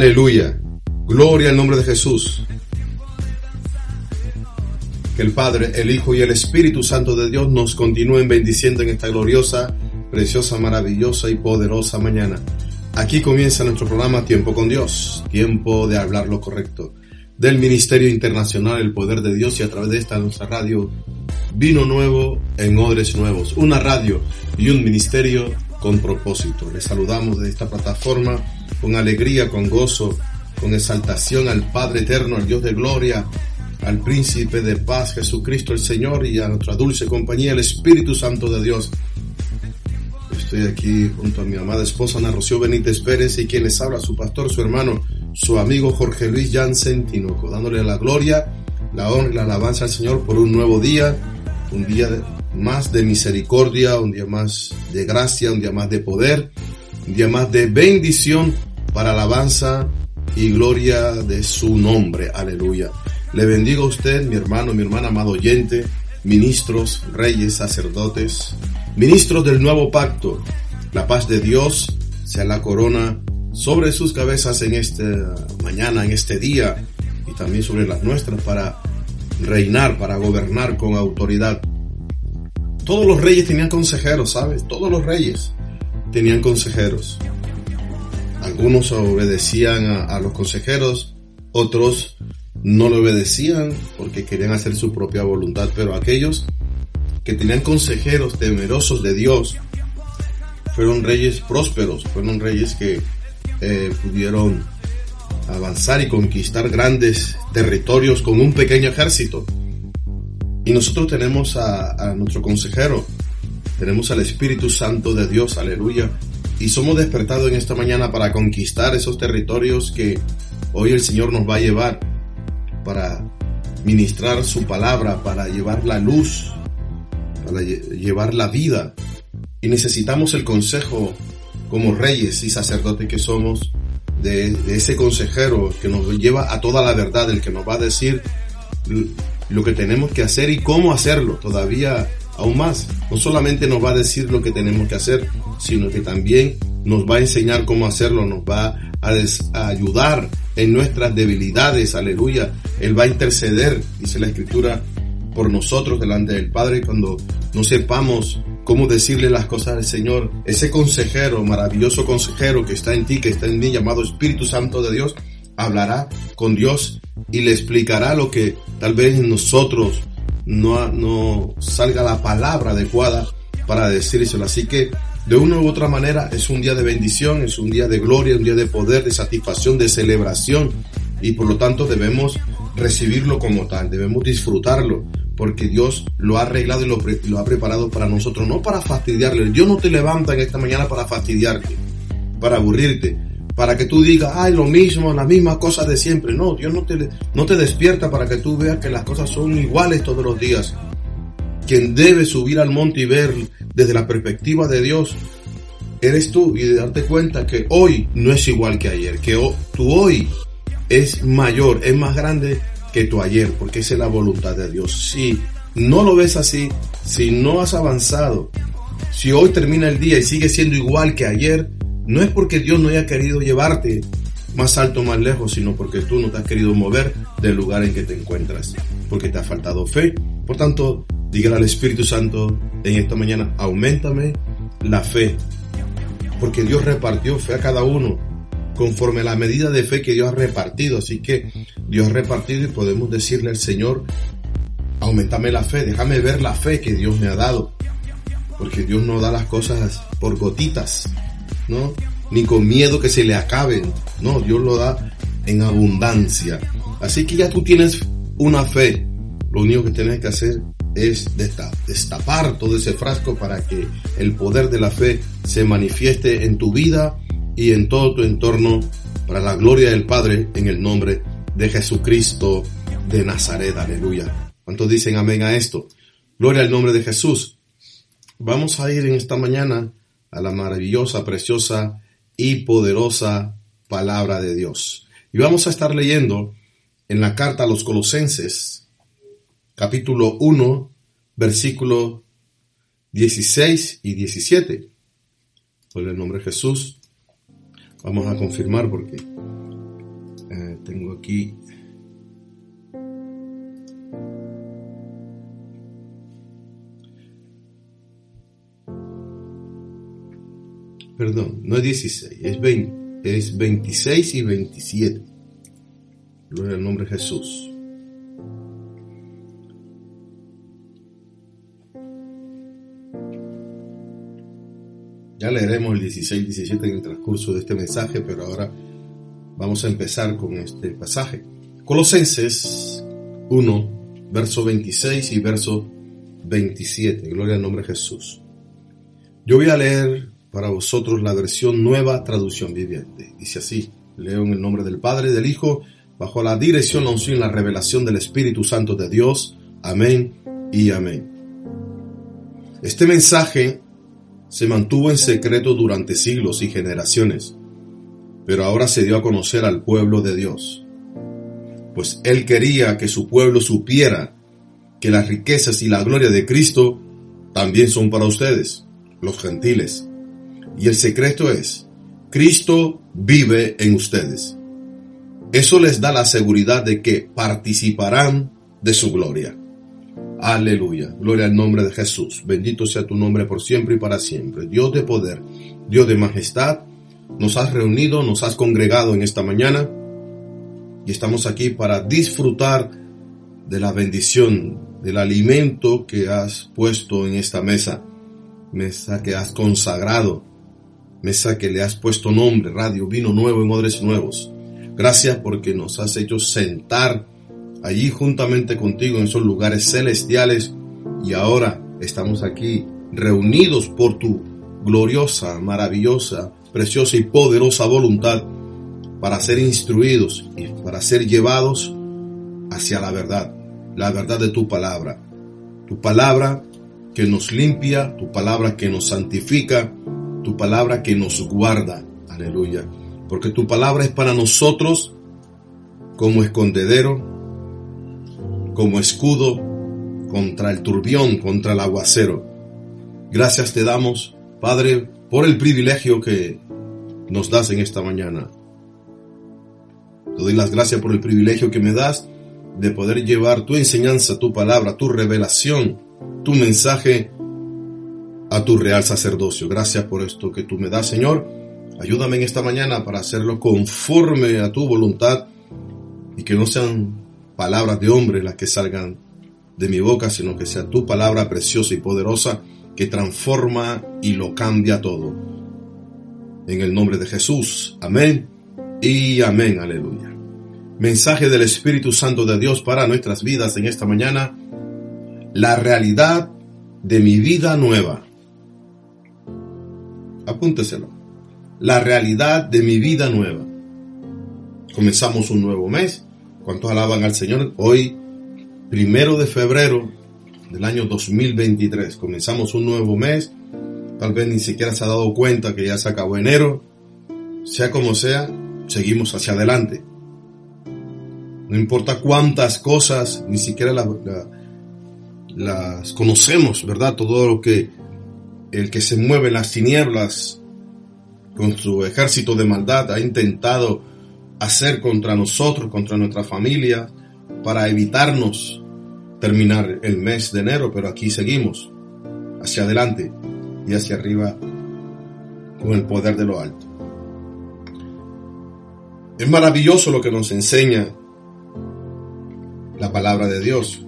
Aleluya. Gloria al nombre de Jesús. Que el Padre, el Hijo y el Espíritu Santo de Dios nos continúen bendiciendo en esta gloriosa, preciosa, maravillosa y poderosa mañana. Aquí comienza nuestro programa Tiempo con Dios, tiempo de hablar lo correcto, del Ministerio Internacional El Poder de Dios, y a través de esta nuestra radio Vino Nuevo en Odres Nuevos, una radio y un ministerio con propósito. Les saludamos desde esta plataforma con alegría, con gozo, con exaltación al Padre eterno, al Dios de gloria, al Príncipe de paz, Jesucristo el Señor, y a nuestra dulce compañía, el Espíritu Santo de Dios. Estoy aquí junto a mi amada esposa Ana Rocío Benítez Pérez, y quien les habla, su pastor, su hermano, su amigo Jorge Luis Jansen Tinoco, dándole la gloria, la honra y la alabanza al Señor por un nuevo día, un día más de misericordia, un día más de gracia, un día más de poder, un día más de bendición para alabanza y gloria de su nombre. Aleluya. Le bendigo a usted, mi hermano, mi hermana, amado oyente, ministros, reyes, sacerdotes, ministros del nuevo pacto. La paz de Dios sea la corona sobre sus cabezas en esta mañana, en este día, y también sobre las nuestras, para reinar, para gobernar con autoridad. Todos los reyes tenían consejeros, ¿sabes? Todos los reyes tenían consejeros. Algunos obedecían a los consejeros, otros no le obedecían porque querían hacer su propia voluntad, pero aquellos que tenían consejeros temerosos de Dios fueron reyes prósperos, fueron reyes que pudieron avanzar y conquistar grandes territorios con un pequeño ejército. Y nosotros tenemos a nuestro consejero, tenemos al Espíritu Santo de Dios, aleluya, y somos despertados en esta mañana para conquistar esos territorios que hoy el Señor nos va a llevar, para ministrar su palabra, para llevar la luz, para llevar la vida. Y necesitamos el consejo, como reyes y sacerdotes que somos, de ese consejero que nos lleva a toda la verdad, el que nos va a decir lo que tenemos que hacer y cómo hacerlo, todavía aún más. No solamente nos va a decir lo que tenemos que hacer, sino que también nos va a enseñar cómo hacerlo, nos va a ayudar en nuestras debilidades, aleluya. Él va a interceder, dice la Escritura, por nosotros delante del Padre cuando no sepamos cómo decirle las cosas al Señor. Ese consejero, maravilloso consejero que está en ti, que está en mí, llamado Espíritu Santo de Dios, hablará con Dios y le explicará lo que tal vez en nosotros no salga la palabra adecuada para decírselo. Así que de una u otra manera es un día de bendición, es un día de gloria, un día de poder, de satisfacción, de celebración, y por lo tanto debemos recibirlo como tal, debemos disfrutarlo, porque Dios lo ha arreglado y lo ha preparado para nosotros, no para fastidiarle. Dios no te levanta en esta mañana para fastidiarte, para aburrirte, para que tú digas, ay, lo mismo, las mismas cosas de siempre. No, Dios no te despierta para que tú veas que las cosas son iguales todos los días. Quien debe subir al monte y ver desde la perspectiva de Dios eres tú, y de darte cuenta que hoy no es igual que ayer, que tu hoy es mayor, es más grande que tu ayer, porque esa es la voluntad de Dios. Si no lo ves así, si no has avanzado, si hoy termina el día y sigue siendo igual que ayer, no es porque Dios no haya querido llevarte más alto, más lejos, sino porque tú no te has querido mover del lugar en que te encuentras, porque te ha faltado fe. Por tanto, dígale al Espíritu Santo en esta mañana, auméntame la fe, porque Dios repartió fe a cada uno conforme a la medida de fe que Dios ha repartido. Así que Dios ha repartido y podemos decirle al Señor, auméntame la fe, déjame ver la fe que Dios me ha dado, porque Dios no da las cosas por gotitas, ¿no? Ni con miedo que se le acaben, no, Dios lo da en abundancia. Así que ya tú tienes una fe, lo único que tienes que hacer es destapar todo ese frasco para que el poder de la fe se manifieste en tu vida y en todo tu entorno, para la gloria del Padre, en el nombre de Jesucristo de Nazaret. Aleluya. ¿Cuántos dicen amén a esto? Gloria al nombre de Jesús. Vamos a ir en esta mañana a la maravillosa, preciosa y poderosa palabra de Dios. Y vamos a estar leyendo en la carta a los Colosenses, capítulo 1, versículos 16 y 17. Por el nombre de Jesús, vamos a confirmar porque tengo aquí. Perdón, no es 16, es 26 y 27. Gloria al nombre de Jesús. Ya leeremos el 16 y 17 en el transcurso de este mensaje, pero ahora vamos a empezar con este pasaje. Colosenses 1, verso 26 y verso 27. Gloria al nombre de Jesús. Yo voy a leer para vosotros la versión Nueva Traducción Viviente. Dice así, leo en el nombre del Padre y del Hijo, bajo la dirección, la unción y la revelación del Espíritu Santo de Dios. Amén y amén. Este mensaje se mantuvo en secreto durante siglos y generaciones, pero ahora se dio a conocer al pueblo de Dios, pues Él quería que su pueblo supiera que las riquezas y la gloria de Cristo también son para ustedes, los gentiles. Y el secreto es, Cristo vive en ustedes. Eso les da la seguridad de que participarán de su gloria. Aleluya, gloria al nombre de Jesús. Bendito sea tu nombre por siempre y para siempre. Dios de poder, Dios de majestad, nos has reunido, nos has congregado en esta mañana y estamos aquí para disfrutar de la bendición, del alimento que has puesto en esta mesa que has consagrado, mesa que le has puesto nombre, radio, vino nuevo en odres nuevos. Gracias porque nos has hecho sentar allí juntamente contigo en esos lugares celestiales y ahora estamos aquí reunidos por tu gloriosa, maravillosa, preciosa y poderosa voluntad para ser instruidos y para ser llevados hacia la verdad de tu palabra que nos limpia, tu palabra que nos santifica, tu palabra que nos guarda. Aleluya, porque tu palabra es para nosotros como escondedero, como escudo contra el turbión, contra el aguacero. Gracias te damos, Padre, por el privilegio que nos das en esta mañana. Te doy las gracias por el privilegio que me das de poder llevar tu enseñanza, tu palabra, tu revelación, tu mensaje a tu real sacerdocio. Gracias por esto que tú me das, Señor. Ayúdame en esta mañana para hacerlo conforme a tu voluntad y que no sean palabras de hombre las que salgan de mi boca, sino que sea tu palabra preciosa y poderosa que transforma y lo cambia todo. En el nombre de Jesús. Amén y amén. Aleluya. Mensaje del Espíritu Santo de Dios para nuestras vidas en esta mañana. La realidad de mi vida nueva. Apúnteselo. La realidad de mi vida nueva. Comenzamos un nuevo mes. ¿Cuántos alaban al Señor? Hoy, 1 de febrero del año 2023. Comenzamos un nuevo mes. Tal vez ni siquiera se ha dado cuenta que ya se acabó enero. Sea como sea, seguimos hacia adelante. No importa cuántas cosas, ni siquiera las conocemos, ¿verdad? Todo lo que el que se mueve en las tinieblas con su ejército de maldad ha intentado hacer contra nosotros, contra nuestra familia, para evitarnos terminar el mes de enero, pero aquí seguimos hacia adelante y hacia arriba con el poder de lo alto. Es maravilloso lo que nos enseña la palabra de Dios.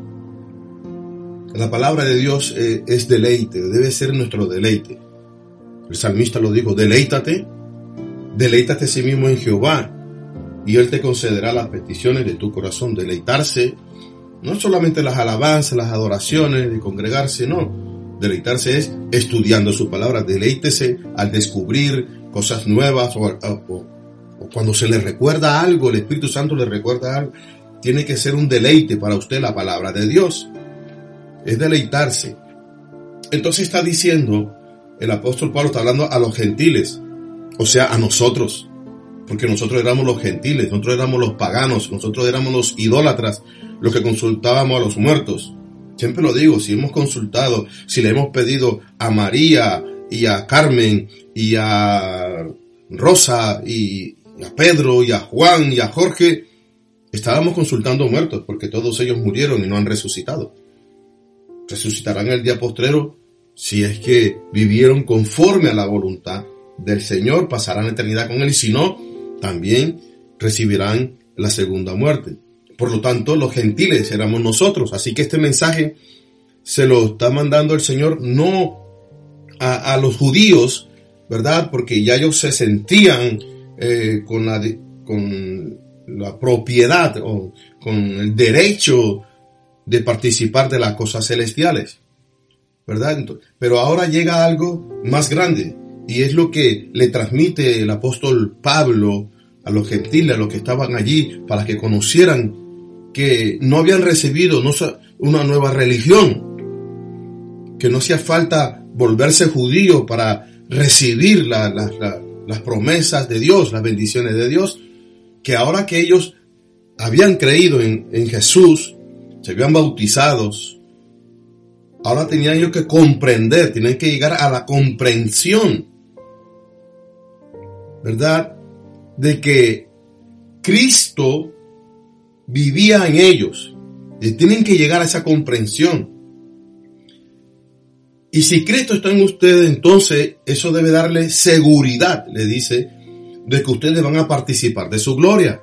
La palabra de Dios es deleite, debe ser nuestro deleite. El salmista lo dijo, deleítate a sí mismo en Jehová y Él te concederá las peticiones de tu corazón. Deleitarse, no solamente las alabanzas, las adoraciones, de congregarse, no. Deleitarse es estudiando su palabra. Deleítese al descubrir cosas nuevas o cuando se le recuerda algo, el Espíritu Santo le recuerda algo. Tiene que ser un deleite para usted la palabra de Dios. Es deleitarse. Entonces está diciendo, el apóstol Pablo está hablando a los gentiles, o sea, a nosotros. Porque nosotros éramos los gentiles, nosotros éramos los paganos, nosotros éramos los idólatras, los que consultábamos a los muertos. Siempre lo digo, si hemos consultado, si le hemos pedido a María y a Carmen y a Rosa y a Pedro y a Juan y a Jorge, estábamos consultando muertos, porque todos ellos murieron y no han resucitado. Resucitarán el día postrero si es que vivieron conforme a la voluntad del Señor, pasarán la eternidad con Él, y si no, también recibirán la segunda muerte. Por lo tanto, los gentiles éramos nosotros. Así que este mensaje se lo está mandando el Señor no a los judíos, ¿verdad? Porque ya ellos se sentían con la propiedad o con el derecho de participar de las cosas celestiales, ¿verdad? Pero ahora llega algo más grande, y es lo que le transmite el apóstol Pablo a los gentiles, a los que estaban allí, para que conocieran que no habían recibido una nueva religión, que no hacía falta volverse judío para recibir las promesas de Dios, las bendiciones de Dios, que ahora que ellos habían creído en Jesús, se habían bautizados, ahora tenían ellos que comprender, tenían que llegar a la comprensión, ¿verdad?, de que Cristo vivía en ellos. Y tienen que llegar a esa comprensión. Y si Cristo está en ustedes, entonces eso debe darle seguridad, le dice, de que ustedes van a participar de su gloria.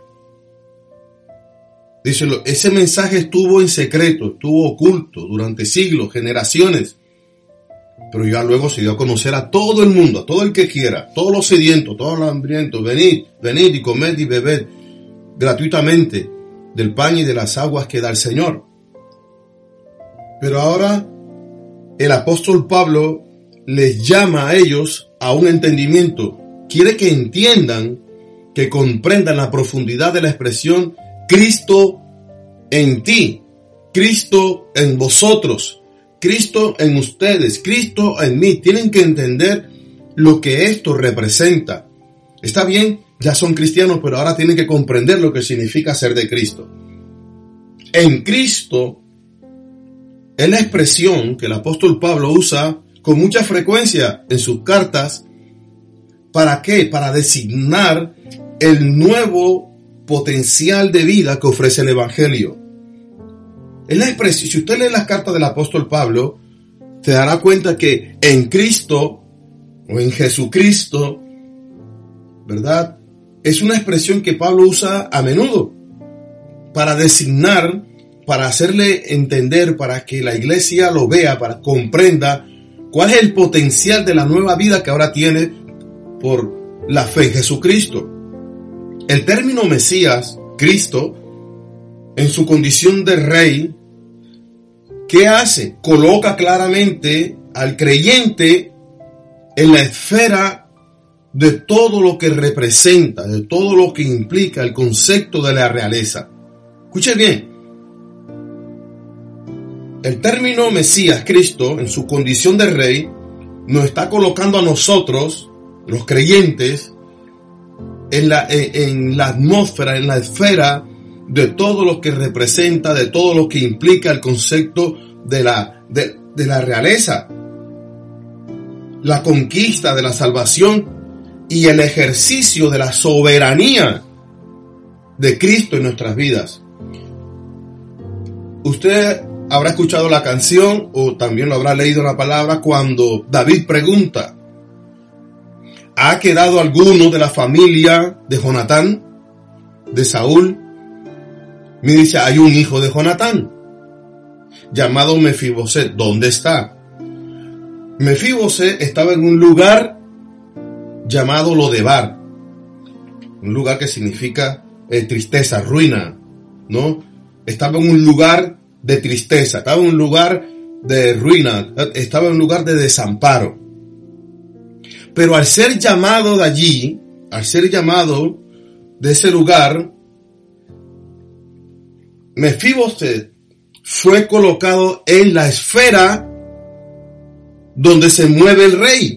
Dice, ese mensaje estuvo en secreto, estuvo oculto durante siglos, generaciones, pero ya luego se dio a conocer a todo el mundo, a todo el que quiera, todos los sedientos, todos los hambrientos. Venid y comed y bebed gratuitamente del pan y de las aguas que da el Señor. Pero ahora el apóstol Pablo les llama a ellos a un entendimiento. Quiere que entiendan, que comprendan la profundidad de la expresión Cristo en ti, Cristo en vosotros, Cristo en ustedes, Cristo en mí. Tienen que entender lo que esto representa. Está bien, ya son cristianos, pero ahora tienen que comprender lo que significa ser de Cristo. En Cristo es la expresión que el apóstol Pablo usa con mucha frecuencia en sus cartas. ¿Para qué? Para designar el nuevo potencial de vida que ofrece el Evangelio. Es la expresión. Si usted lee las cartas del apóstol Pablo, se dará cuenta que en Cristo o en Jesucristo, ¿verdad?, es una expresión que Pablo usa a menudo para designar, para hacerle entender, para que la iglesia lo vea, para que comprenda cuál es el potencial de la nueva vida que ahora tiene por la fe en Jesucristo. El término Mesías, Cristo, en su condición de rey, ¿qué hace? Coloca claramente al creyente en la esfera de todo lo que representa, de todo lo que implica el concepto de la realeza. Escuche bien. El término Mesías, Cristo, en su condición de rey, nos está colocando a nosotros, los creyentes, en la atmósfera, en la esfera de todo lo que representa, de todo lo que implica el concepto de la realeza, la conquista de la salvación y el ejercicio de la soberanía de Cristo en nuestras vidas. Usted habrá escuchado la canción o también lo habrá leído en la palabra cuando David pregunta: ¿ha quedado alguno de la familia de Jonatán, de Saúl? Me dice, hay un hijo de Jonatán llamado Mefiboset. ¿Dónde está? Mefiboset estaba en un lugar llamado Lodebar, un lugar que significa tristeza, ruina, ¿no? Estaba en un lugar de tristeza, estaba en un lugar de ruina, estaba en un lugar de desamparo. Pero al ser llamado de allí, al ser llamado de ese lugar, Mefiboset fue colocado en la esfera donde se mueve el rey,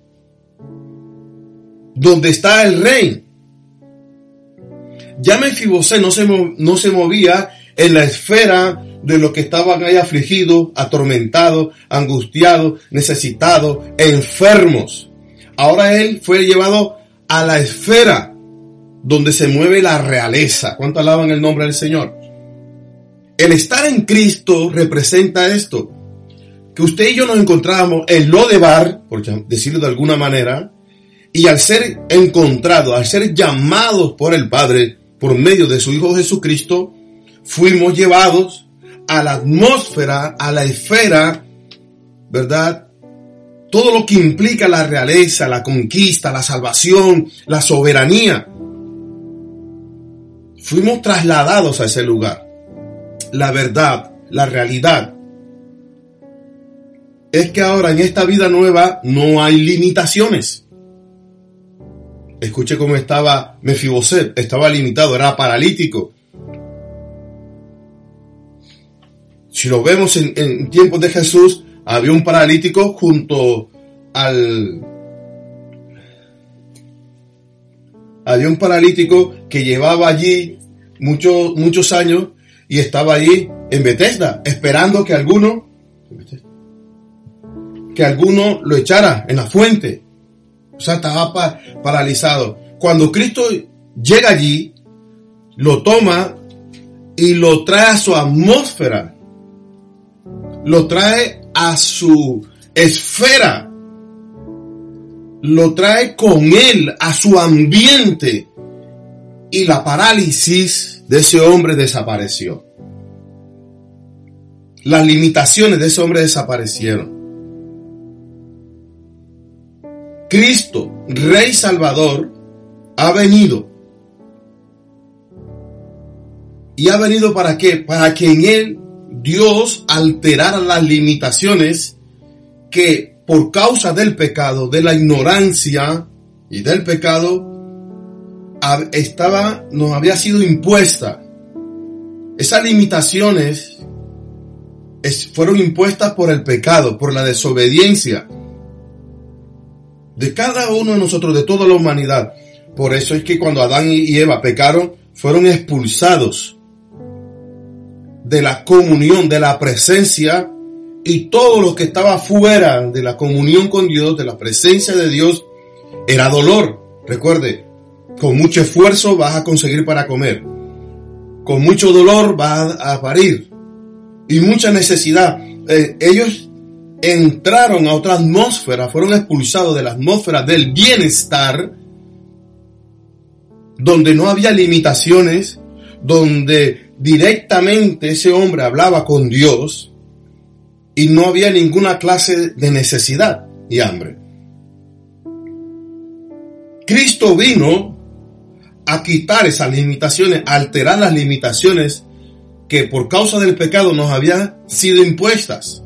donde está el rey. Ya Mefiboset no se movía en la esfera de los que estaban ahí afligidos, atormentados, angustiados, necesitados, enfermos. Ahora él fue llevado a la esfera donde se mueve la realeza. ¿Cuánto alaban el nombre del Señor? El estar en Cristo representa esto, que usted y yo nos encontrábamos en Lodebar, por decirlo de alguna manera, y al ser encontrados, al ser llamados por el Padre, por medio de su Hijo Jesucristo, fuimos llevados a la atmósfera, a la esfera, ¿verdad? Todo lo que implica la realeza, la conquista, la salvación, la soberanía. Fuimos trasladados a ese lugar. La verdad, la realidad, es que ahora en esta vida nueva no hay limitaciones. Escuche cómo estaba Mefiboset, estaba limitado, era paralítico. Si lo vemos en tiempos de Jesús, había un paralítico junto al... Había un paralítico que llevaba allí muchos años y estaba allí en Betesda, esperando que alguno lo echara en la fuente. O sea, estaba paralizado. Cuando Cristo llega allí, lo toma y lo trae a su atmósfera. Lo trae a su esfera. Lo trae con él, a su ambiente. Y la parálisis de ese hombre desapareció. Las limitaciones de ese hombre desaparecieron. Cristo, Rey Salvador, ha venido. ¿Y ha venido para qué? Para que en él Dios alterara las limitaciones que por causa del pecado, de la ignorancia y del pecado, nos había sido impuesta. Esas limitaciones fueron impuestas por el pecado, por la desobediencia de cada uno de nosotros, de toda la humanidad. Por eso es que cuando Adán y Eva pecaron, fueron expulsados de la comunión, de la presencia, y todo lo que estaba fuera de la comunión con Dios, de la presencia de Dios, era dolor. Recuerde, con mucho esfuerzo vas a conseguir para comer. Con mucho dolor vas a parir. Y mucha necesidad. Ellos entraron a otra atmósfera, fueron expulsados de la atmósfera del bienestar, donde no había limitaciones, donde directamente ese hombre hablaba con Dios y no había ninguna clase de necesidad y hambre. Cristo vino a quitar esas limitaciones, a alterar las limitaciones que por causa del pecado nos habían sido impuestas.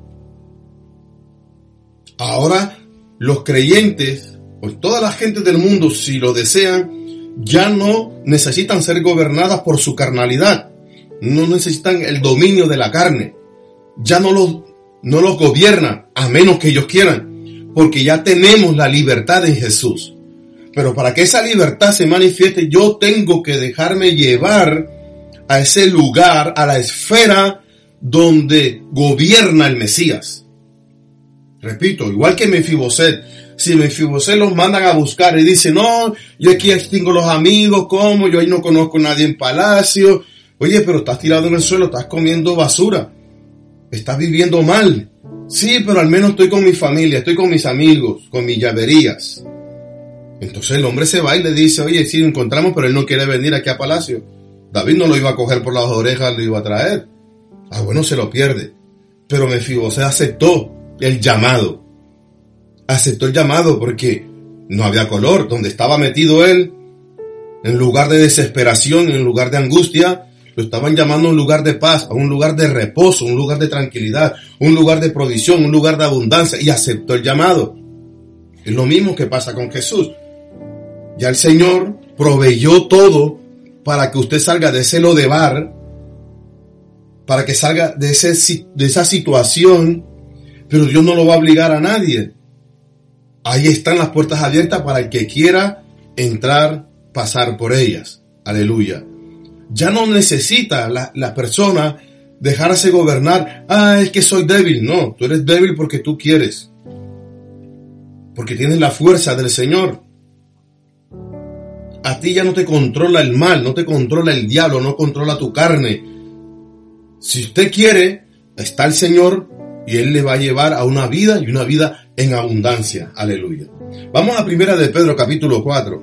Ahora los creyentes, o toda la gente del mundo, si lo desean, ya no necesitan ser gobernadas por su carnalidad. No necesitan el dominio de la carne. Ya no los gobierna, a menos que ellos quieran, porque ya tenemos la libertad en Jesús. Pero para que esa libertad se manifieste, yo tengo que dejarme llevar a ese lugar, a la esfera donde gobierna el Mesías. Repito, igual que Mefiboset. Si Mefiboset los mandan a buscar y dice, no, yo aquí tengo los amigos, ¿cómo? Yo ahí no conozco a nadie en palacio. Oye, pero estás tirado en el suelo, estás comiendo basura. Estás viviendo mal. Sí, pero al menos estoy con mi familia, estoy con mis amigos, con mis llaverías. Entonces el hombre se va y le dice, oye, sí, lo encontramos, pero él no quiere venir aquí a palacio. David no lo iba a coger por las orejas, lo iba a traer. Ah, bueno, se lo pierde. Pero Mefiboset aceptó el llamado. Aceptó el llamado porque no había color. Donde estaba metido él, en lugar de desesperación, en lugar de angustia, lo estaban llamando a un lugar de paz, a un lugar de reposo, un lugar de tranquilidad, un lugar de provisión, un lugar de abundancia, y aceptó el llamado. Es lo mismo que pasa con Jesús. Ya el Señor proveyó todo para que usted salga de ese Lodebar, para que salga de esa situación, pero Dios no lo va a obligar a nadie. Ahí están las puertas abiertas para el que quiera entrar, pasar por ellas. Aleluya. Ya no necesita la persona dejarse gobernar. Ah, es que soy débil. No, tú eres débil porque tú quieres. Porque tienes la fuerza del Señor. A ti ya no te controla el mal, no te controla el diablo, no controla tu carne. Si usted quiere, está el Señor y Él le va a llevar a una vida y una vida en abundancia. Aleluya. Vamos a 1 de Pedro capítulo 4.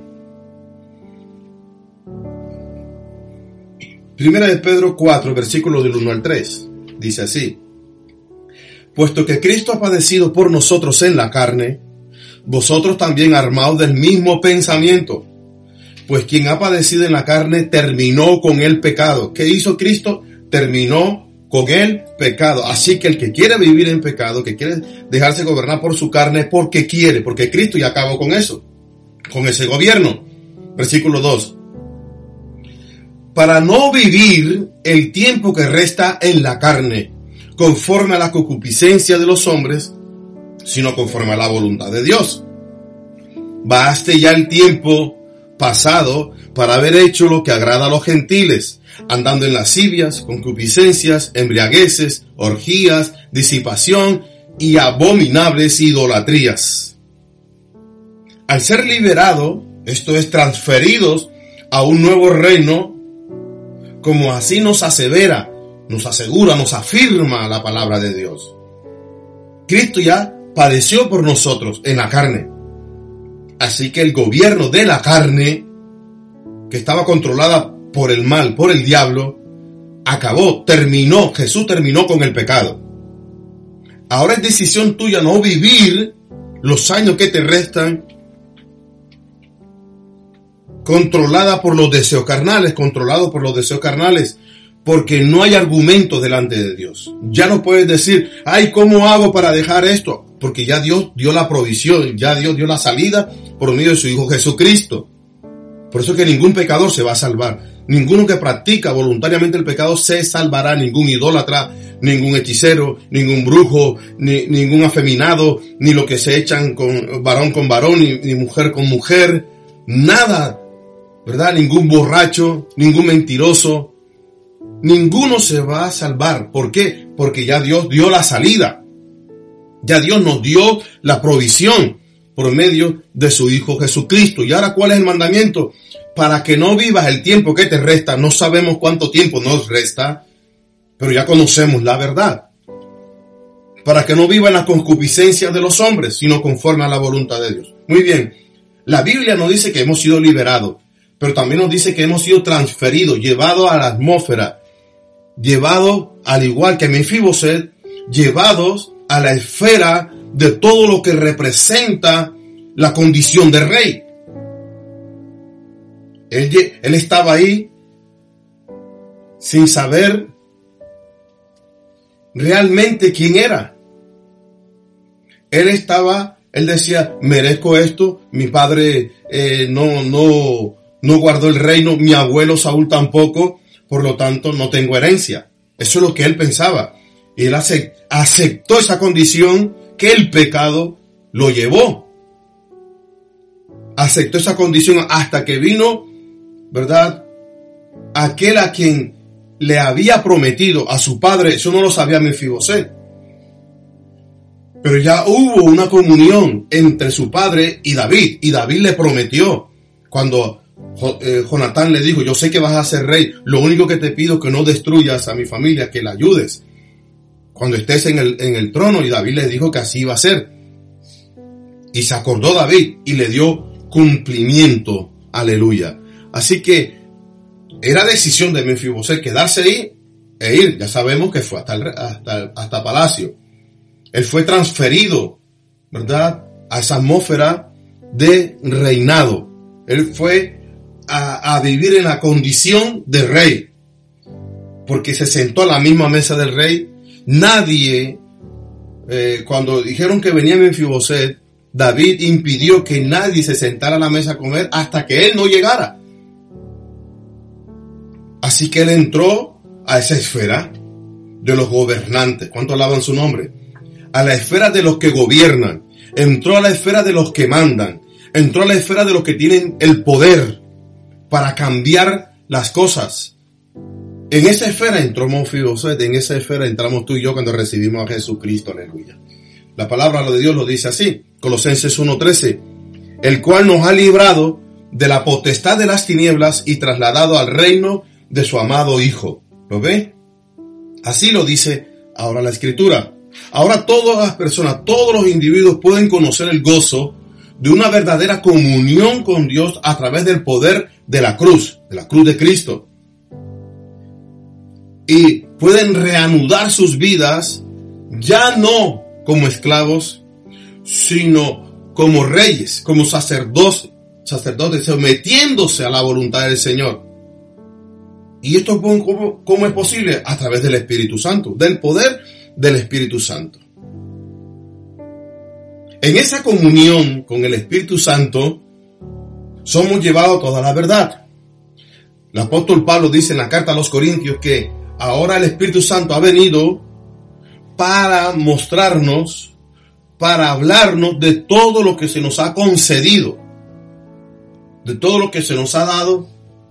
1 de Pedro 4, versículos del 1 al 3. Dice así: puesto que Cristo ha padecido por nosotros en la carne, vosotros también armaos del mismo pensamiento. Pues quien ha padecido en la carne terminó con el pecado. ¿Qué hizo Cristo? Terminó con el pecado. Así que el que quiere vivir en pecado, que quiere dejarse gobernar por su carne, porque quiere, porque Cristo ya acabó con eso, con ese gobierno. Versículo 2. Para no vivir el tiempo que resta en la carne, conforme a la concupiscencia de los hombres, sino conforme a la voluntad de Dios. Baste ya el tiempo pasado para haber hecho lo que agrada a los gentiles, andando en lascivias, concupiscencias, embriagueces, orgías, disipación y abominables idolatrías. Al ser liberado, esto es, transferidos a un nuevo reino, como así nos asevera, nos asegura, nos afirma la palabra de Dios. Cristo ya padeció por nosotros en la carne. Así que el gobierno de la carne, que estaba controlada por el mal, por el diablo, acabó, terminó. Jesús terminó con el pecado. Ahora es decisión tuya no vivir los años que te restan controlado por los deseos carnales, porque no hay argumento delante de Dios. Ya no puedes decir, ay, ¿cómo hago para dejar esto? Porque ya Dios dio la provisión, ya Dios dio la salida por medio de su Hijo Jesucristo. Por eso es que ningún pecador se va a salvar. Ninguno que practica voluntariamente el pecado se salvará. Ningún idólatra, ningún hechicero, ningún brujo, ningún afeminado, ni lo que se echan con varón, ni mujer con mujer. Nada, ¿verdad? Ningún borracho, ningún mentiroso. Ninguno se va a salvar. ¿Por qué? Porque ya Dios dio la salida. Ya Dios nos dio la provisión por medio de su Hijo Jesucristo. ¿Y ahora cuál es el mandamiento? Para que no vivas el tiempo que te resta. No sabemos cuánto tiempo nos resta, pero ya conocemos la verdad. Para que no vivas en las concupiscencias de los hombres, sino conforme a la voluntad de Dios. Muy bien. La Biblia nos dice que hemos sido liberados, pero también nos dice que hemos sido transferidos, llevados a la atmósfera, llevados, al igual que Mefiboset, llevados a la esfera de todo lo que representa la condición de rey. Él estaba ahí sin saber realmente quién era. Él decía, merezco esto, mi padre no guardó el reino, mi abuelo Saúl tampoco, por lo tanto no tengo herencia. Eso es lo que él pensaba. Y él aceptó esa condición que el pecado lo llevó. Aceptó esa condición hasta que vino, ¿verdad?, aquel a quien le había prometido a su padre. Eso no lo sabía Mefiboset. Pero ya hubo una comunión entre su padre y David. Y David le prometió, cuando Jonatán le dijo, yo sé que vas a ser rey, lo único que te pido es que no destruyas a mi familia, que la ayudes cuando estés en el trono. Y David le dijo que así iba a ser. Y se acordó David y le dio cumplimiento. Aleluya. Así que era decisión de Mefiboset quedarse ahí e ir. Ya sabemos que fue hasta palacio. Él fue transferido, ¿verdad?, a esa atmósfera de reinado. Él fue a vivir en la condición de rey, porque se sentó a la misma mesa del rey. Nadie, cuando dijeron que venía Mefiboset, David impidió que nadie se sentara a la mesa a comer hasta que él no llegara. Así que él entró a esa esfera de los gobernantes. ¿Cuánto alaban su nombre? A la esfera de los que gobiernan. Entró a la esfera de los que mandan. Entró a la esfera de los que tienen el poder para cambiar las cosas. En esa esfera entró Mefiboset, en esa esfera entramos tú y yo cuando recibimos a Jesucristo, aleluya. La palabra de Dios lo dice así, Colosenses 1:13, el cual nos ha librado de la potestad de las tinieblas y trasladado al reino de su amado Hijo. ¿Lo ve? Así lo dice ahora la Escritura. Ahora todas las personas, todos los individuos pueden conocer el gozo de una verdadera comunión con Dios a través del poder de la cruz de Cristo. Y pueden reanudar sus vidas ya no como esclavos, sino como reyes, como sacerdotes, sometiéndose a la voluntad del Señor. ¿Y esto cómo es posible? A través del Espíritu Santo, del poder del Espíritu Santo. En esa comunión con el Espíritu Santo somos llevados a toda la verdad. El apóstol Pablo dice en la carta a los Corintios que ahora el Espíritu Santo ha venido para mostrarnos, para hablarnos de todo lo que se nos ha concedido, de todo lo que se nos ha dado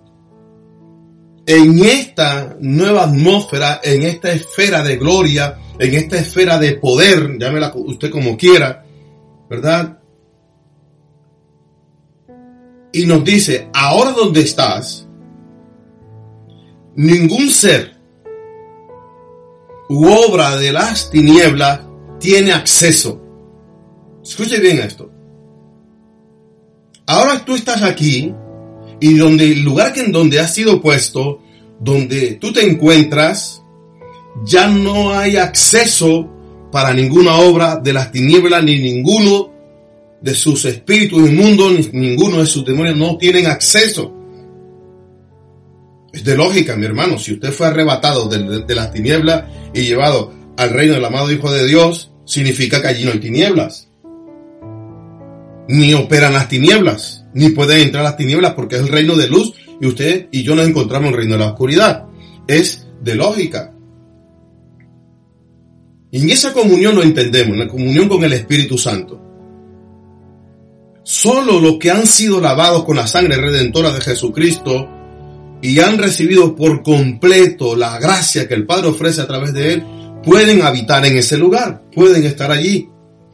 en esta nueva atmósfera, en esta esfera de gloria, en esta esfera de poder, llámela usted como quiera, ¿verdad? Y nos dice, ahora donde estás, ningún ser u obra de las tinieblas tiene acceso. Escuche bien esto. Ahora tú estás aquí y el lugar en donde has sido puesto, donde tú te encuentras, ya no hay acceso para ninguna obra de las tinieblas, ni ninguno de sus espíritus inmundos, ni ninguno de sus demonios no tienen acceso. Es de lógica, mi hermano. Si usted fue arrebatado de las tinieblas y llevado al reino del amado Hijo de Dios, significa que allí no hay tinieblas. Ni operan las tinieblas, ni pueden entrar las tinieblas porque es el reino de luz y usted y yo nos encontramos en el reino de la oscuridad. Es de lógica. Y en esa comunión lo entendemos, en la comunión con el Espíritu Santo. Solo los que han sido lavados con la sangre redentora de Jesucristo y han recibido por completo la gracia que el Padre ofrece a través de Él, pueden habitar en ese lugar, pueden estar allí.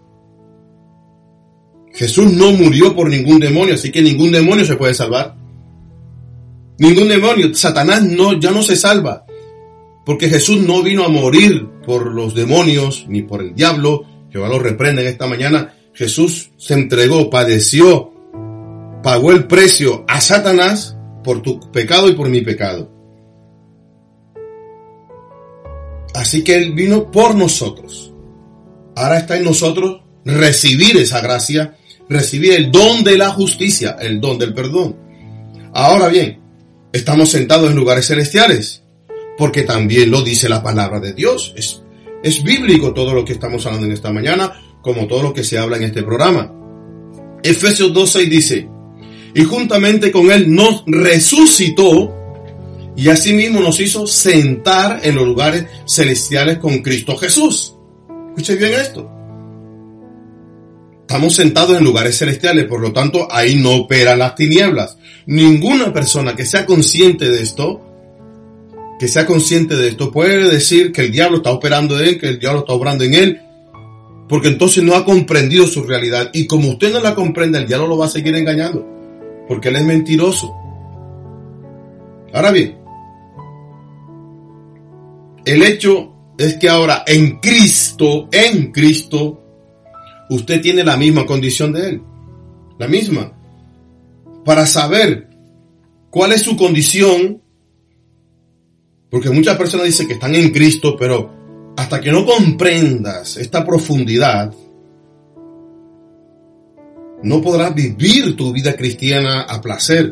Jesús no murió por ningún demonio, así que ningún demonio se puede salvar. Ningún demonio, Satanás ya no se salva, porque Jesús no vino a morir por los demonios ni por el diablo. Jehová lo reprenda en esta mañana. Jesús se entregó, padeció, pagó el precio a Satanás por tu pecado y por mi pecado. Así que Él vino por nosotros. Ahora está en nosotros recibir esa gracia, recibir el don de la justicia, el don del perdón. Ahora bien, estamos sentados en lugares celestiales, porque también lo dice la palabra de Dios. Es bíblico todo lo que estamos hablando en esta mañana, como todo lo que se habla en este programa. Efesios 2:6 dice, y juntamente con Él nos resucitó, y asimismo nos hizo sentar en los lugares celestiales con Cristo Jesús. Escuche bien esto. Estamos sentados en lugares celestiales, por lo tanto, ahí no operan las tinieblas. Ninguna persona que sea consciente de esto, puede decir que el diablo está operando en él, que el diablo está obrando en él, porque entonces no ha comprendido su realidad. Y como usted no la comprende, el diablo lo va a seguir engañando, porque él es mentiroso. Ahora bien, el hecho es que ahora en Cristo, usted tiene la misma condición de Él. La misma. Para saber cuál es su condición, porque muchas personas dicen que están en Cristo, pero hasta que no comprendas esta profundidad, no podrás vivir tu vida cristiana a placer.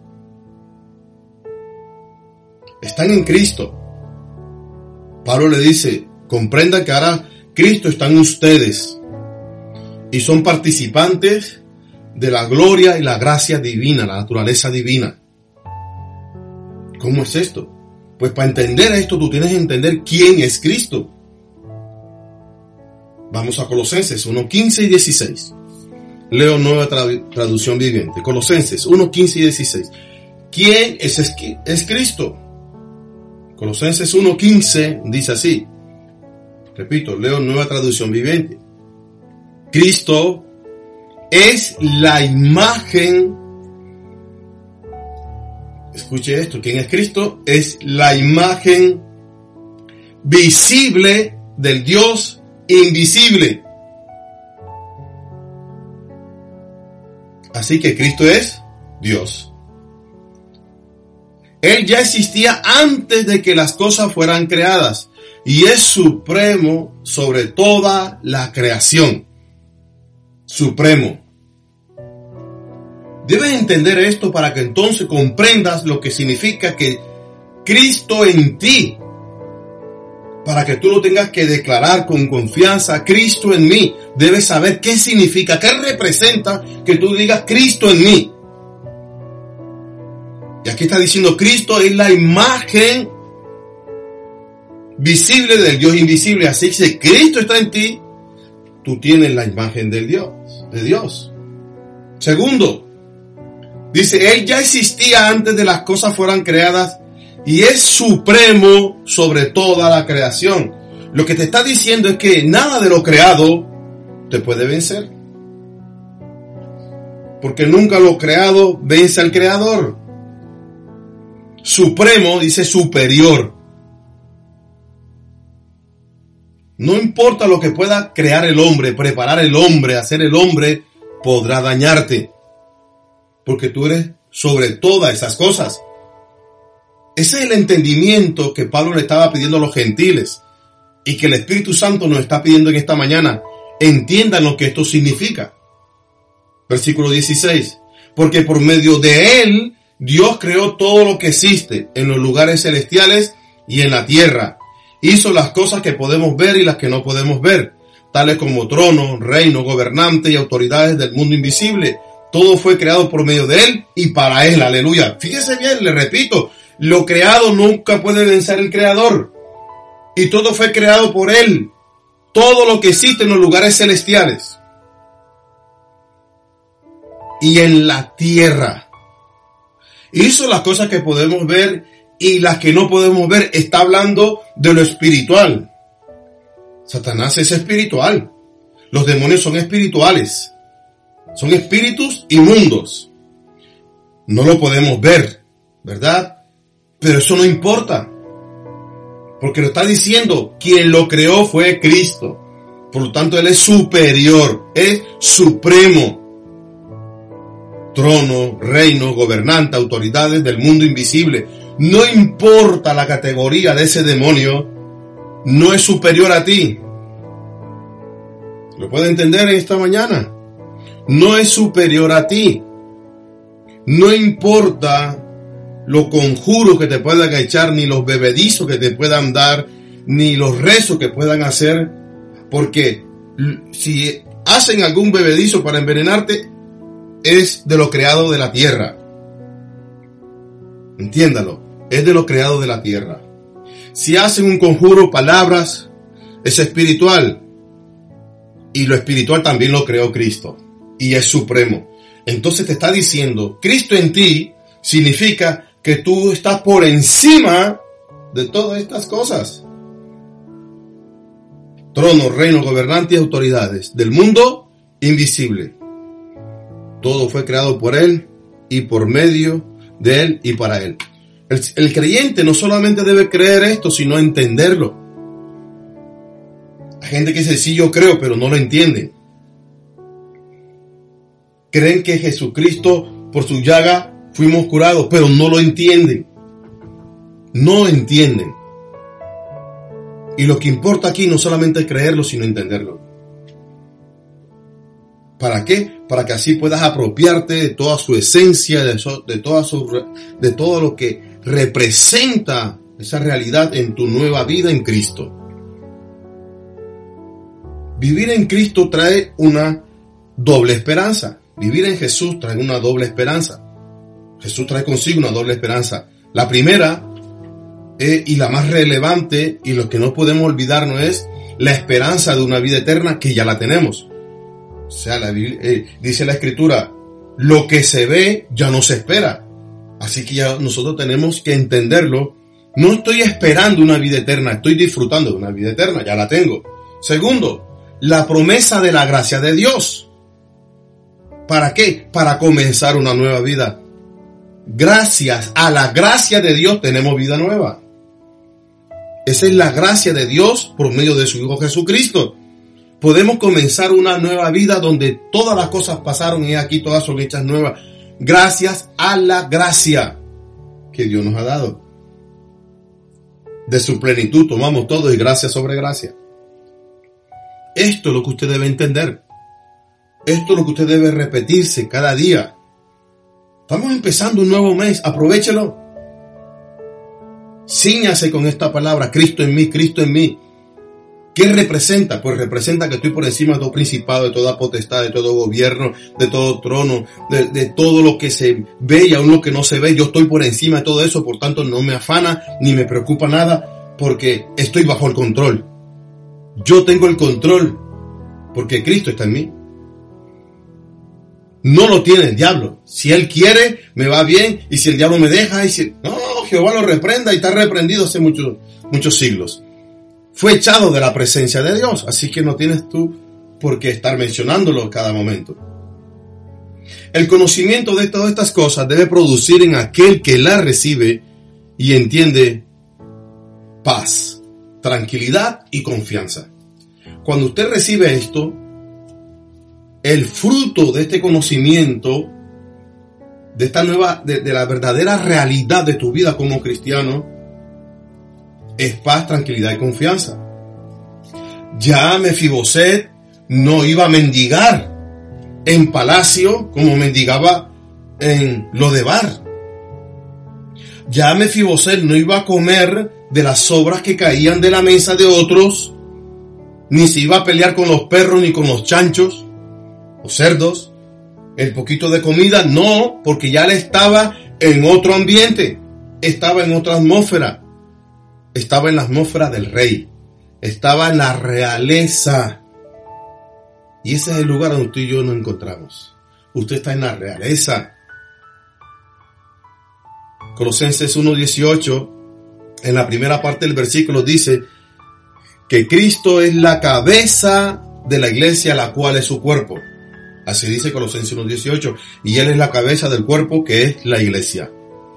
Están en Cristo. Pablo le dice, comprenda que ahora Cristo está en ustedes y son participantes de la gloria y la gracia divina, la naturaleza divina. ¿Cómo es esto? Pues para entender esto tú tienes que entender quién es Cristo. Vamos a Colosenses 1:15 y 16. Leo Nueva Traducción Viviente. Colosenses 1:15 y 16. ¿Quién es Cristo? Colosenses 1:15 dice así. Repito, leo Nueva Traducción Viviente. Cristo es la imagen escuche esto, ¿quién es Cristo? Es la imagen visible del Dios invisible. Así que Cristo es Dios. Él ya existía antes de que las cosas fueran creadas y es supremo sobre toda la creación. Supremo. Debes entender esto para que entonces comprendas lo que significa que Cristo en ti, para que tú lo tengas que declarar con confianza, Cristo en mí. Debes saber qué significa, qué representa que tú digas Cristo en mí. Y aquí está diciendo, Cristo es la imagen visible del Dios invisible. Así que si Cristo está en ti, tú tienes la imagen del Dios. Segundo, dice, Él ya existía antes de las cosas fueran creadas y es supremo sobre toda la creación. Lo que te está diciendo es que nada de lo creado te puede vencer. Porque nunca lo creado vence al creador. Supremo dice superior. No importa lo que pueda crear el hombre, preparar el hombre, hacer el hombre, podrá dañarte. Porque tú eres sobre todas esas cosas. Ese es el entendimiento que Pablo le estaba pidiendo a los gentiles y que el Espíritu Santo nos está pidiendo en esta mañana. Entiendan lo que esto significa. Versículo 16. Porque por medio de Él, Dios creó todo lo que existe en los lugares celestiales y en la tierra. Hizo las cosas que podemos ver y las que no podemos ver, tales como tronos, reinos, gobernantes y autoridades del mundo invisible. Todo fue creado por medio de Él y para Él. Aleluya. Fíjese bien, le repito, lo creado nunca puede vencer el Creador. Y todo fue creado por Él. Todo lo que existe en los lugares celestiales y en la tierra. Hizo las cosas que podemos ver y las que no podemos ver. Está hablando de lo espiritual. Satanás es espiritual. Los demonios son espirituales. Son espíritus inmundos. No lo podemos ver, ¿verdad? Pero eso no importa. Porque lo está diciendo, quien lo creó fue Cristo. Por lo tanto, Él es superior, es supremo. Trono, reino, gobernante, autoridades del mundo invisible. No importa la categoría de ese demonio, no es superior a ti. ¿Lo puede entender en esta mañana? No es superior a ti. No importa los conjuros que te puedan echar, ni los bebedizos que te puedan dar, ni los rezos que puedan hacer, porque si hacen algún bebedizo para envenenarte, es de lo creado de la tierra. Entiéndalo, es de lo creado de la tierra. Si hacen un conjuro, palabras, es espiritual. Y lo espiritual también lo creó Cristo. Y es supremo. Entonces te está diciendo, Cristo en ti significa que tú estás por encima de todas estas cosas. Tronos, reinos, gobernantes y autoridades del mundo invisible. Todo fue creado por Él y por medio de Él y para Él. El creyente no solamente debe creer esto, sino entenderlo. Hay gente que dice, sí, yo creo, pero no lo entienden. Creen que Jesucristo, por su llaga, fuimos curados, pero no lo entienden. No entienden. Y lo que importa aquí no solamente es creerlo, sino entenderlo. ¿Para qué? Para que así puedas apropiarte de toda su esencia, de todo lo que representa esa realidad en tu nueva vida en Cristo. Vivir en Cristo trae una doble esperanza. Vivir en Jesús trae una doble esperanza. Jesús trae consigo una doble esperanza. La primera y la más relevante y lo que no podemos olvidarnos es la esperanza de una vida eterna que ya la tenemos. O sea, dice la Escritura, lo que se ve ya no se espera. Así que ya nosotros tenemos que entenderlo. No estoy esperando una vida eterna, estoy disfrutando de una vida eterna, ya la tengo. Segundo, la promesa de la gracia de Dios. ¿Para qué? Para comenzar una nueva vida. gracias a la gracia de Dios tenemos vida nueva. Esa es la gracia de Dios por medio de su Hijo Jesucristo. Podemos comenzar una nueva vida donde todas las cosas pasaron y aquí todas son hechas nuevas. Gracias a la gracia que Dios nos ha dado. De su plenitud tomamos todo y gracia sobre gracia. Esto es lo que usted debe entender. Esto es lo que usted debe repetirse cada día. Estamos empezando un nuevo mes, aprovéchelo. Cíñase con esta palabra, Cristo en mí, Cristo en mí. ¿Qué representa? Pues representa que estoy por encima de todo principado, de toda potestad, de todo gobierno, de todo trono, de todo lo que se ve y aún lo que no se ve. Yo estoy por encima de todo eso, por tanto no me afana ni me preocupa nada porque estoy bajo el control. Yo tengo el control porque Cristo está en mí. No lo tiene el diablo. Si él quiere, me va bien, y si el diablo me deja, no, Jehová lo reprenda, y está reprendido hace muchos siglos. Fue echado de la presencia de Dios, así que no tienes tú por qué estar mencionándolo cada momento. El conocimiento de todas estas cosas debe producir en aquel que la recibe y entiende paz, tranquilidad y confianza. Cuando usted recibe esto, el fruto de este conocimiento, de esta nueva, de la verdadera realidad de tu vida como cristiano, es paz, tranquilidad y confianza. Ya Mefiboset no iba a mendigar en palacio como mendigaba en Lodebar. Ya Mefiboset no iba a comer de las sobras que caían de la mesa de otros, ni se iba a pelear con los perros ni con los chanchos o cerdos. El poquito de comida, no, porque ya él estaba en otro ambiente, estaba en otra atmósfera. Estaba en la atmósfera del rey. Estaba en la realeza. Y ese es el lugar donde usted y yo nos encontramos. Usted está en la realeza. Colosenses 1:18, en la primera parte del versículo dice que Cristo es la cabeza de la iglesia, la cual es su cuerpo. Así dice Colosenses 1:18. Y Él es la cabeza del cuerpo, que es la iglesia.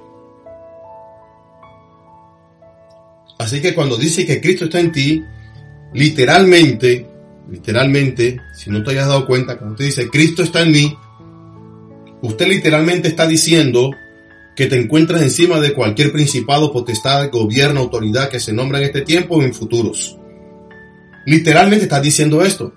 Así que cuando dice que Cristo está en ti, literalmente, si no te hayas dado cuenta, cuando usted dice Cristo está en mí, usted literalmente está diciendo que te encuentras encima de cualquier principado, potestad, gobierno, autoridad que se nombra en este tiempo o en futuros. Literalmente estás diciendo esto.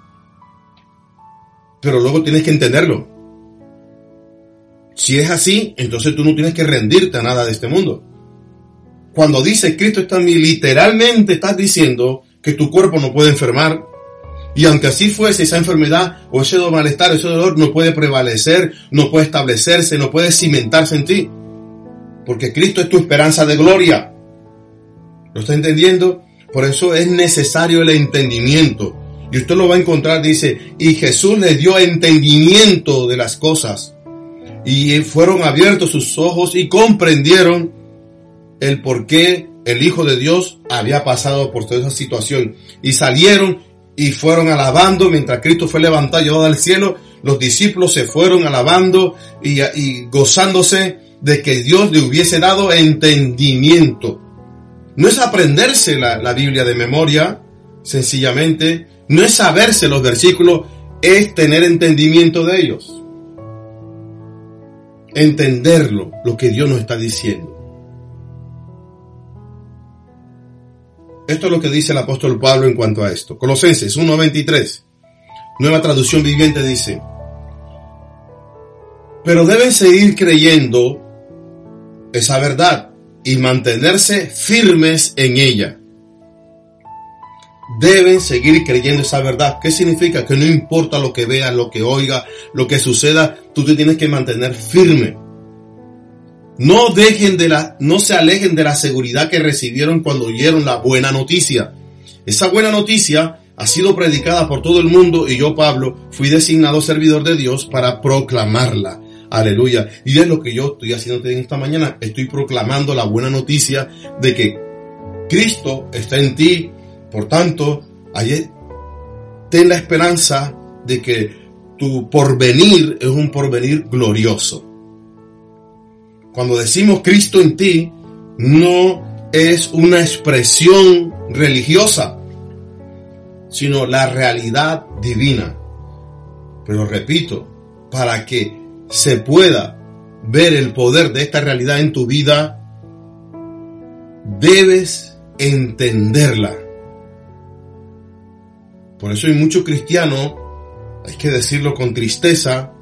Pero luego tienes que entenderlo. Si es así, entonces tú no tienes que rendirte a nada de este mundo. Cuando dice Cristo está en mí, literalmente estás diciendo que tu cuerpo no puede enfermar. Y aunque así fuese, esa enfermedad o ese malestar, ese dolor no puede prevalecer, no puede establecerse, no puede cimentarse en ti. Porque Cristo es tu esperanza de gloria. ¿Lo está entendiendo? Por eso es necesario el entendimiento. Y usted lo va a encontrar, dice, y Jesús le dio entendimiento de las cosas. Y fueron abiertos sus ojos y comprendieron el por qué el Hijo de Dios había pasado por toda esa situación. Y salieron y fueron alabando mientras Cristo fue levantado y llevado al cielo. Los discípulos se fueron alabando y gozándose de que Dios le hubiese dado entendimiento. No es aprenderse la Biblia de memoria, sencillamente. No es saberse los versículos, es tener entendimiento de ellos. Entenderlo, lo que Dios nos está diciendo. Esto es lo que dice el apóstol Pablo en cuanto a esto. Colosenses 1:23, Nueva Traducción Viviente, dice: pero deben seguir creyendo esa verdad y mantenerse firmes en ella. Deben seguir creyendo esa verdad. ¿Qué significa? Que no importa lo que veas, lo que oiga, lo que suceda, tú te tienes que mantener firme. No se alejen de la seguridad que recibieron cuando oyeron la buena noticia. Esa buena noticia ha sido predicada por todo el mundo y yo, Pablo, fui designado servidor de Dios para proclamarla. Aleluya. Y es lo que yo estoy haciendo en esta mañana. Estoy proclamando la buena noticia de que Cristo está en ti. Por tanto, ten la esperanza de que tu porvenir es un porvenir glorioso. Cuando decimos Cristo en ti, no es una expresión religiosa, sino la realidad divina. Pero repito, para que se pueda ver el poder de esta realidad en tu vida, debes entenderla. Por eso hay muchos cristianos, hay que decirlo con tristeza,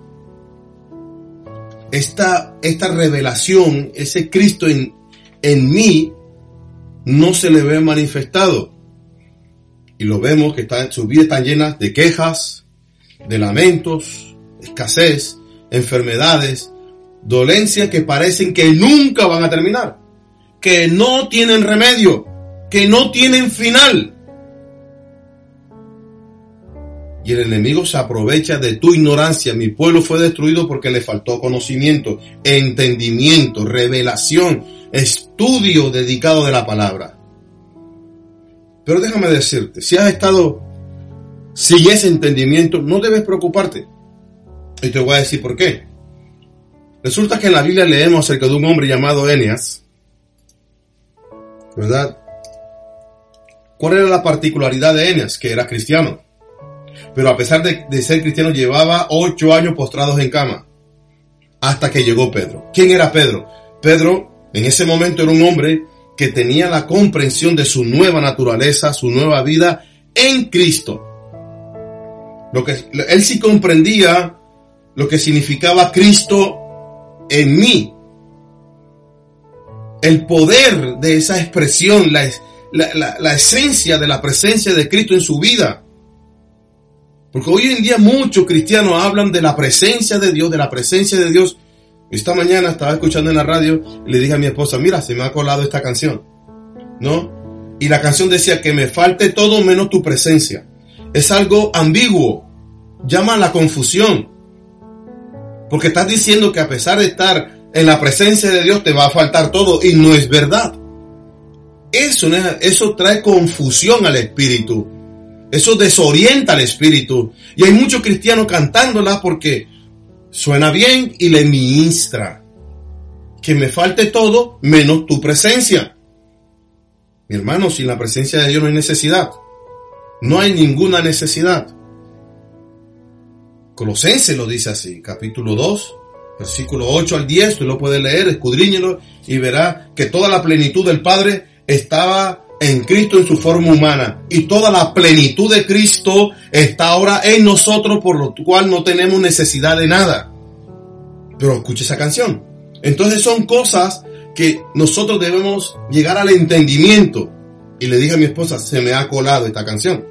esta revelación, ese Cristo en mí, no se le ve manifestado. Y lo vemos que sus vidas están llenas de quejas, de lamentos, escasez, enfermedades, dolencias que parecen que nunca van a terminar, que no tienen remedio, que no tienen final. Y el enemigo se aprovecha de tu ignorancia. Mi pueblo fue destruido porque le faltó conocimiento, entendimiento, revelación, estudio dedicado de la palabra. Pero déjame decirte, si has estado sin ese entendimiento, no debes preocuparte. Y te voy a decir por qué. Resulta que en la Biblia leemos acerca de un hombre llamado Eneas, ¿verdad? ¿Cuál era la particularidad de Eneas? Que era cristiano. Pero a pesar de ser cristiano, llevaba 8 años postrados en cama. Hasta que llegó Pedro. ¿Quién era Pedro? Pedro, en ese momento, era un hombre que tenía la comprensión de su nueva naturaleza, su nueva vida en Cristo. Él sí comprendía lo que significaba Cristo en mí. El poder de esa expresión, la esencia de la presencia de Cristo en su vida. Porque hoy en día muchos cristianos hablan de la presencia de Dios, Esta mañana estaba escuchando en la radio y le dije a mi esposa, mira, se me ha colado esta canción, ¿no? Y la canción decía que me falte todo menos tu presencia. Es algo ambiguo, llama a la confusión. Porque estás diciendo que a pesar de estar en la presencia de Dios te va a faltar todo, y no es verdad. Eso trae confusión al espíritu. Eso desorienta al espíritu. Y hay muchos cristianos cantándola porque suena bien y le ministra. Que me falte todo menos tu presencia. Mi hermano, sin la presencia de Dios no hay necesidad. No hay ninguna necesidad. Colosenses lo dice así, capítulo 2, versículo 8 al 10, tú lo puedes leer, escudriñelo y verá que toda la plenitud del Padre estaba en Cristo en su forma humana, y toda la plenitud de Cristo está ahora en nosotros, por lo cual no tenemos necesidad de nada. Pero escucha esa canción. Entonces son cosas que nosotros debemos llegar al entendimiento. Y le dije a mi esposa, se me ha colado esta canción.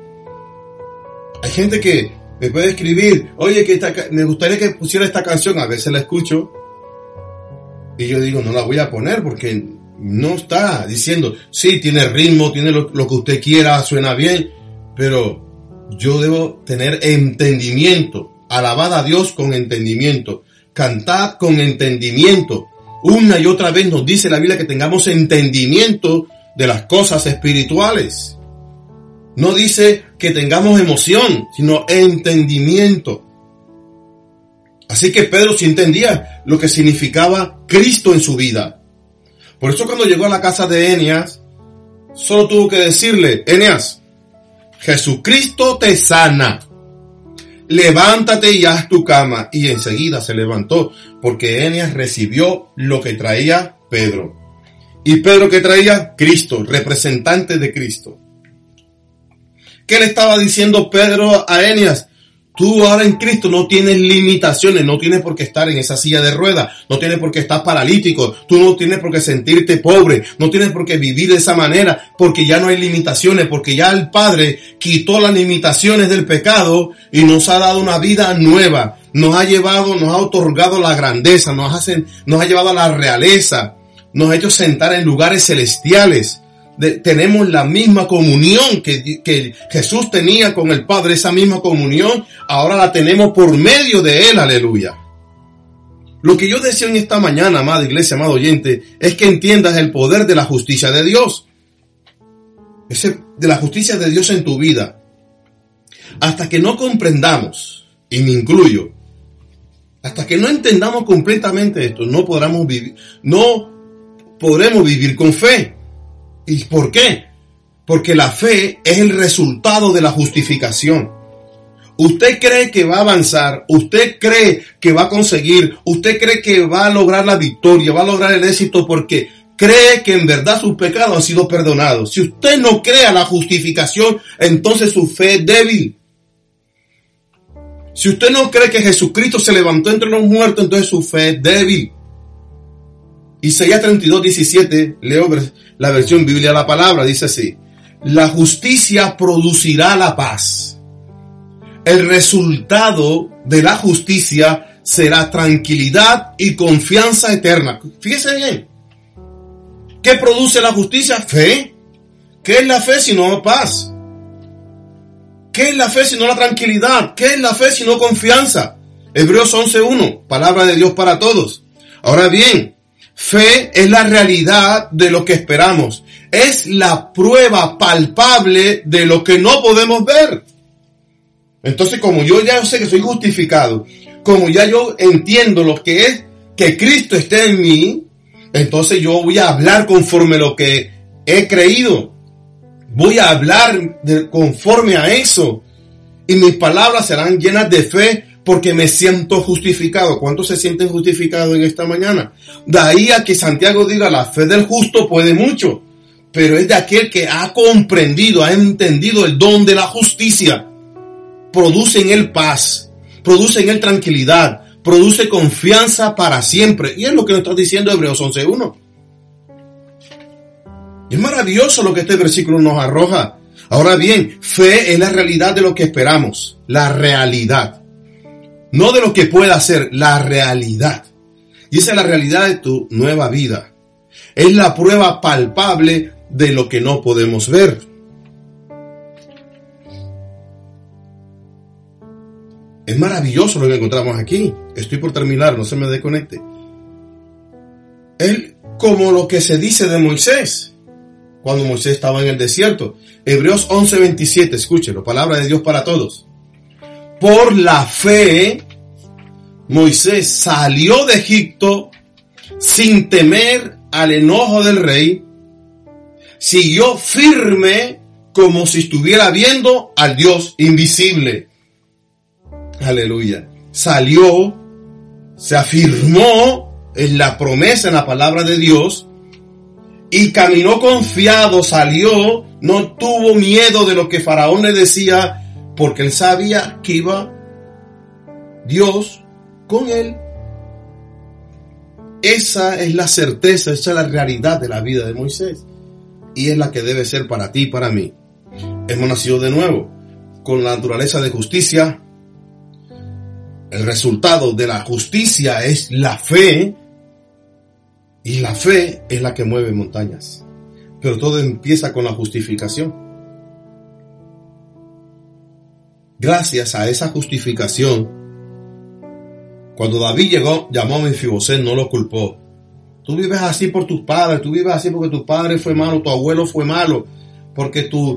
Hay gente que me puede escribir, oye, me gustaría que pusiera esta canción. A veces la escucho y yo digo, no la voy a poner porque no está diciendo, sí, tiene ritmo, tiene lo que usted quiera, suena bien, pero yo debo tener entendimiento. Alabad a Dios con entendimiento. Cantad con entendimiento. Una y otra vez nos dice la Biblia que tengamos entendimiento de las cosas espirituales. No dice que tengamos emoción, sino entendimiento. Así que Pedro sí entendía lo que significaba Cristo en su vida. Por eso cuando llegó a la casa de Eneas, solo tuvo que decirle, Eneas, Jesucristo te sana. Levántate y haz tu cama. Y enseguida se levantó, porque Eneas recibió lo que traía Pedro. ¿Y Pedro qué traía? Cristo, representante de Cristo. ¿Qué le estaba diciendo Pedro a Eneas? Tú ahora en Cristo no tienes limitaciones, no tienes por qué estar en esa silla de ruedas, no tienes por qué estar paralítico, tú no tienes por qué sentirte pobre, no tienes por qué vivir de esa manera, porque ya no hay limitaciones, porque ya el Padre quitó las limitaciones del pecado y nos ha dado una vida nueva, nos ha otorgado la grandeza, nos ha llevado a la realeza, nos ha hecho sentar en lugares celestiales. Tenemos la misma comunión que Jesús tenía con el Padre, esa misma comunión, ahora la tenemos por medio de Él, aleluya. Lo que yo deseo en esta mañana, amada iglesia, amado oyente, es que entiendas el poder de la justicia de Dios. De la justicia de Dios en tu vida. Hasta que no comprendamos, y me incluyo, Hasta que no entendamos completamente esto, no podremos vivir con fe. ¿Y por qué? Porque la fe es el resultado de la justificación. Usted cree que va a avanzar, usted cree que va a conseguir, usted cree que va a lograr la victoria, va a lograr el éxito porque cree que en verdad sus pecados han sido perdonados. Si usted no cree a la justificación, entonces su fe es débil. Si usted no cree que Jesucristo se levantó entre los muertos, entonces su fe es débil. Isaías 32:17, leo la versión Biblia de la Palabra, dice así: la justicia producirá la paz. El resultado de la justicia será tranquilidad y confianza eterna. Fíjese bien. ¿Qué produce la justicia? Fe. ¿Qué es la fe sino paz? ¿Qué es la fe sino la tranquilidad? ¿Qué es la fe sino confianza? Hebreos 11:1, palabra de Dios para todos. Ahora bien, fe es la realidad de lo que esperamos. Es la prueba palpable de lo que no podemos ver. Entonces, como yo ya sé que soy justificado, como ya yo entiendo lo que es que Cristo esté en mí, entonces yo voy a hablar conforme lo que he creído. Voy a hablar conforme a eso. Y mis palabras serán llenas de fe porque me siento justificado. ¿Cuántos se sienten justificados en esta mañana? De ahí a que Santiago diga, la fe del justo puede mucho. Pero es de aquel que ha comprendido, ha entendido el don de la justicia. Produce en él paz, produce en él tranquilidad, produce confianza para siempre. Y es lo que nos está diciendo Hebreos 11:1. Y es maravilloso lo que este versículo nos arroja. Ahora bien, fe es la realidad de lo que esperamos. La realidad. No de lo que pueda ser, la realidad. Y esa es la realidad de tu nueva vida. Es la prueba palpable de lo que no podemos ver. Es maravilloso lo que encontramos aquí. Estoy por terminar, no se me desconecte. Es como lo que se dice de Moisés, cuando Moisés estaba en el desierto. Hebreos 11:27, escúchelo, palabra de Dios para todos. Por la fe, Moisés salió de Egipto sin temer al enojo del rey. Siguió firme como si estuviera viendo al Dios invisible. Aleluya. Salió, se afirmó en la promesa, en la palabra de Dios, y caminó confiado, salió, no tuvo miedo de lo que Faraón le decía, porque él sabía que iba Dios con él. Esa es la certeza, esa es la realidad de la vida de Moisés, y es la que debe ser para ti y para mí. Hemos nacido de nuevo, con la naturaleza de justicia. El resultado de la justicia es la fe, y la fe es la que mueve montañas. Pero todo empieza con la justificación. Gracias a esa justificación, cuando David llamó a Mefibosét, no lo culpó. Tú vives así por tus padres, tú vives así porque tu padre fue malo, tu abuelo fue malo, porque tus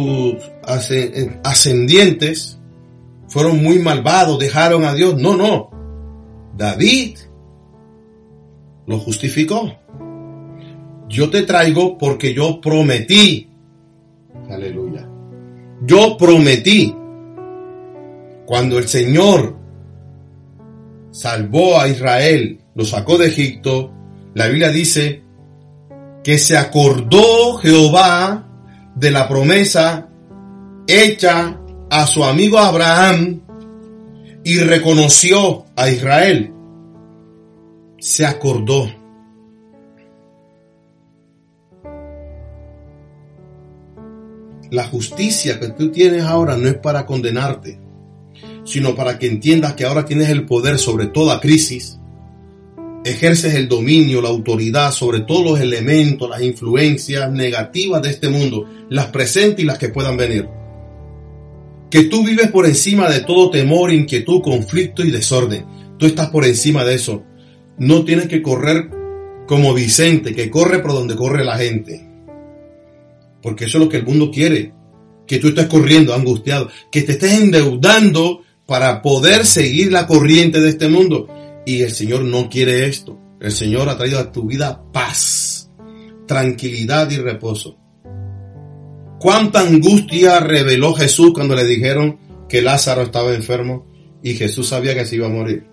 ascendientes fueron muy malvados, dejaron a Dios. No. David lo justificó. Yo te traigo porque yo prometí. Aleluya. Yo prometí. Cuando el Señor salvó a Israel, lo sacó de Egipto, la Biblia dice que se acordó Jehová de la promesa hecha a su amigo Abraham y reconoció a Israel. Se acordó. La justicia que tú tienes ahora no es para condenarte, sino para que entiendas que ahora tienes el poder sobre toda crisis. Ejerces el dominio, la autoridad sobre todos los elementos, las influencias negativas de este mundo, las presentes y las que puedan venir. Que tú vives por encima de todo temor, inquietud, conflicto y desorden. Tú estás por encima de eso. No tienes que correr como Vicente, que corre por donde corre la gente. Porque eso es lo que el mundo quiere. Que tú estés corriendo angustiado. Que te estés endeudando para poder seguir la corriente de este mundo. Y el Señor no quiere esto. El Señor ha traído a tu vida paz, tranquilidad y reposo. Cuánta angustia reveló Jesús cuando le dijeron que Lázaro estaba enfermo y Jesús sabía que se iba a morir.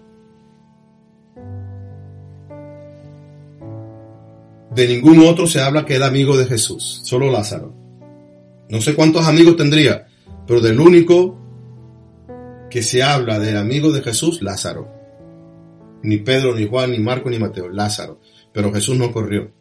De ningún otro se habla que era amigo de Jesús, solo Lázaro. No sé cuántos amigos tendría, pero del único que se habla del amigo de Jesús, Lázaro. Ni Pedro, ni Juan, ni Marco, ni Mateo, Lázaro. Pero Jesús no corrió.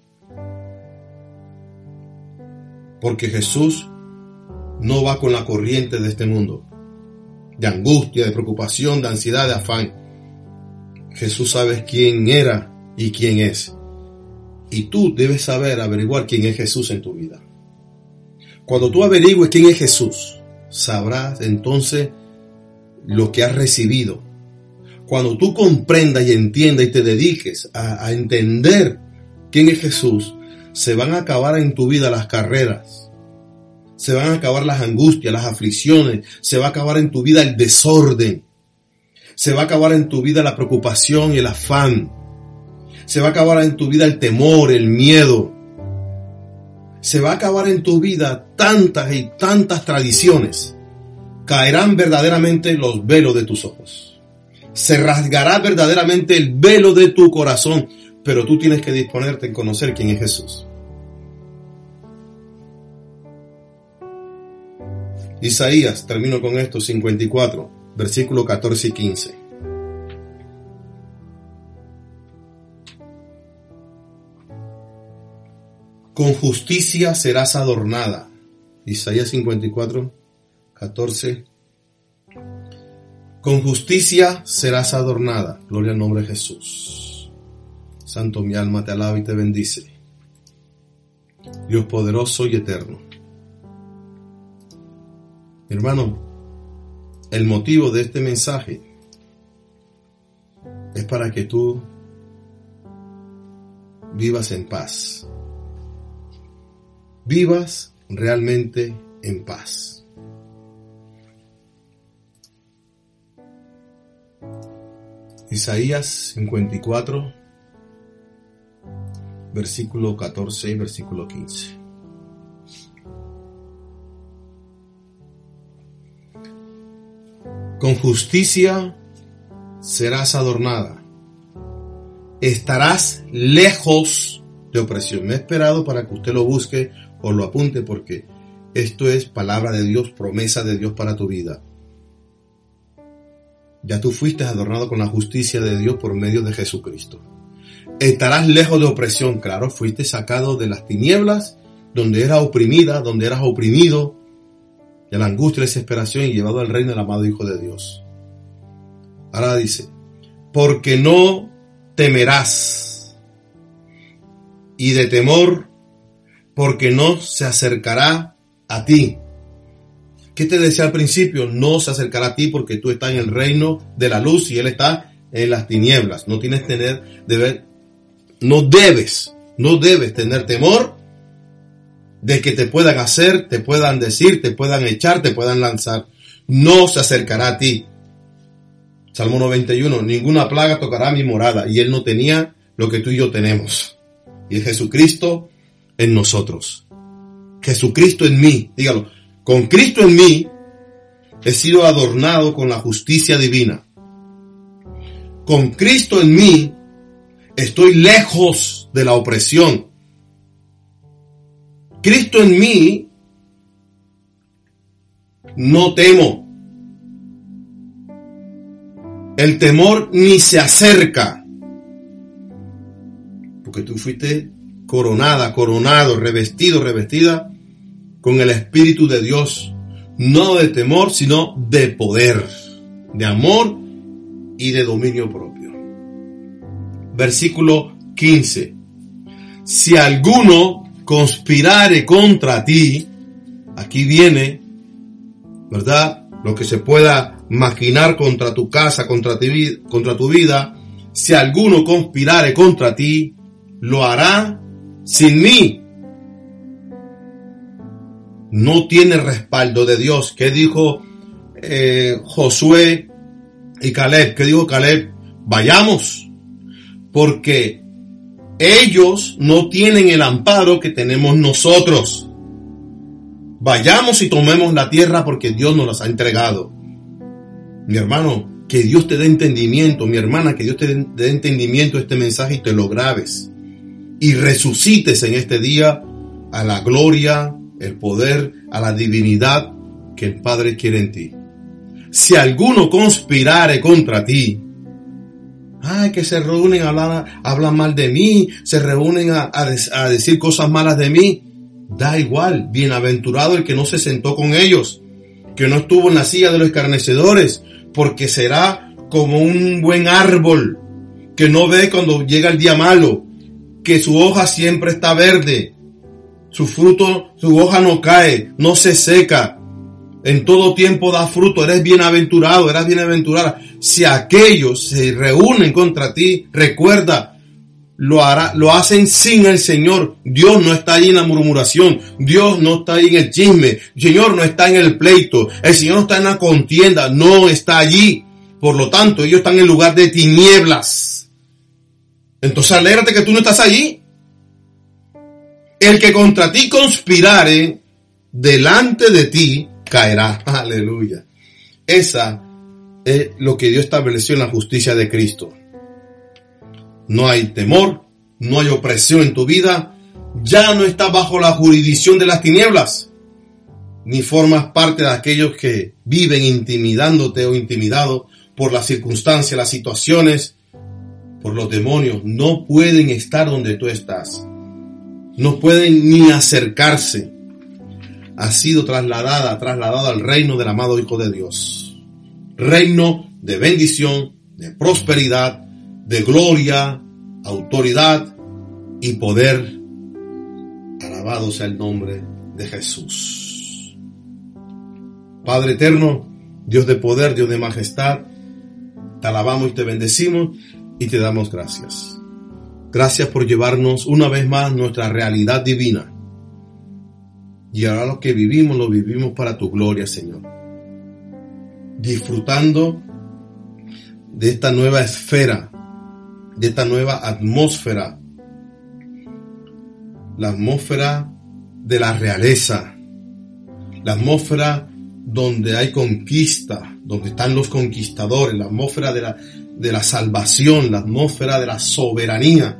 Porque Jesús no va con la corriente de este mundo, de angustia, de preocupación, de ansiedad, de afán. Jesús sabe quién era y quién es. Y tú debes saber averiguar quién es Jesús en tu vida. Cuando tú averigües quién es Jesús, sabrás entonces lo que has recibido. Cuando tú comprendas y entiendas y te dediques a entender quién es Jesús, se van a acabar en tu vida las carreras. Se van a acabar las angustias, las aflicciones. Se va a acabar en tu vida el desorden. Se va a acabar en tu vida la preocupación y el afán. Se va a acabar en tu vida el temor, el miedo. Se va a acabar en tu vida tantas y tantas tradiciones. Caerán verdaderamente los velos de tus ojos. Se rasgará verdaderamente el velo de tu corazón. Pero tú tienes que disponerte en conocer quién es Jesús. Isaías, termino con esto, 54, versículos 14 y 15. Con justicia serás adornada. Isaías 54, 14. Con justicia serás adornada. Gloria al nombre de Jesús. Santo, mi alma te alaba y te bendice. Dios poderoso y eterno. Hermano, el motivo de este mensaje es para que tú vivas en paz. Vivas realmente en paz. Isaías 54, versículo 14 y versículo 15. Con justicia serás adornada. Estarás lejos de opresión. Me he esperado para que usted lo busque o lo apunte, porque esto es palabra de Dios, promesa de Dios para tu vida. Ya tú fuiste adornado con la justicia de Dios por medio de Jesucristo. Estarás lejos de opresión. Claro, fuiste sacado de las tinieblas, donde eras oprimida, donde eras oprimido, de la angustia y la desesperación, y llevado al reino del amado Hijo de Dios. Ahora dice, porque no temerás, y de temor, porque no se acercará a ti. ¿Qué te decía al principio? No se acercará a ti porque tú estás en el reino de la luz y Él está en las tinieblas. No tienes no debes tener temor de que te puedan hacer, te puedan decir, te puedan echar, te puedan lanzar. No se acercará a ti. Salmo 91, ninguna plaga tocará mi morada. Y Él no tenía lo que tú y yo tenemos. Y es Jesucristo en nosotros. Jesucristo en mí. Dígalo. Con Cristo en mí he sido adornado con la justicia divina. Con Cristo en mí estoy lejos de la opresión. Cristo en mí no temo. El temor ni se acerca. Porque tú fuiste coronado, revestido, revestida con el Espíritu de Dios. No de temor, sino de poder, de amor y de dominio propio. Versículo 15. Si alguno conspirare contra ti, aquí viene, ¿verdad?, lo que se pueda maquinar contra tu casa, contra tu vida. Si alguno conspirare contra ti, lo hará sin mí. No tiene respaldo de Dios. ¿Qué dijo Josué Y Caleb, ¿qué dijo Caleb? Vayamos, porque ellos no tienen el amparo que tenemos nosotros. Vayamos y tomemos la tierra porque Dios nos las ha entregado. Mi hermano, que Dios te dé entendimiento. Mi hermana, que Dios te dé entendimiento a este mensaje y te lo grabes. Y resucites en este día a la gloria, el poder, a la divinidad que el Padre quiere en ti. Si alguno conspirare contra ti, que se reúnen a hablar mal de mí, se reúnen a decir cosas malas de mí, da igual. Bienaventurado el que no se sentó con ellos, que no estuvo en la silla de los escarnecedores, porque será como un buen árbol que no ve cuando llega el día malo, que su hoja siempre está verde, su fruto, su hoja no cae, no se seca, en todo tiempo da fruto. Eres bienaventurado, eres bienaventurada. Si aquellos se reúnen contra ti, recuerda, lo hacen sin el Señor. Dios no está ahí en la murmuración. Dios no está ahí en el chisme. El Señor no está en el pleito. El Señor no está en la contienda. No está allí. Por lo tanto, ellos están en lugar de tinieblas. Entonces, alégrate que tú no estás allí. El que contra ti conspirare, delante de ti caerá. Aleluya. Esa es lo que Dios estableció en la justicia de Cristo. No hay temor, no hay opresión en tu vida, ya no estás bajo la jurisdicción de las tinieblas, ni formas parte de aquellos que viven intimidándote o intimidado por las circunstancias, las situaciones, por los demonios. No pueden estar donde tú estás, no pueden ni acercarse. Ha sido trasladado al reino del amado Hijo de Dios, reino de bendición, de prosperidad, de gloria, autoridad y poder. Alabado sea el nombre de Jesús. Padre eterno, Dios de poder, Dios de majestad, te alabamos y te bendecimos y te damos gracias. Gracias por llevarnos una vez más nuestra realidad divina. Y ahora lo que vivimos, lo vivimos para tu gloria, Señor. Disfrutando de esta nueva esfera, de esta nueva atmósfera, la atmósfera de la realeza, la atmósfera donde hay conquista, donde están los conquistadores, la atmósfera de la salvación, la atmósfera de la soberanía.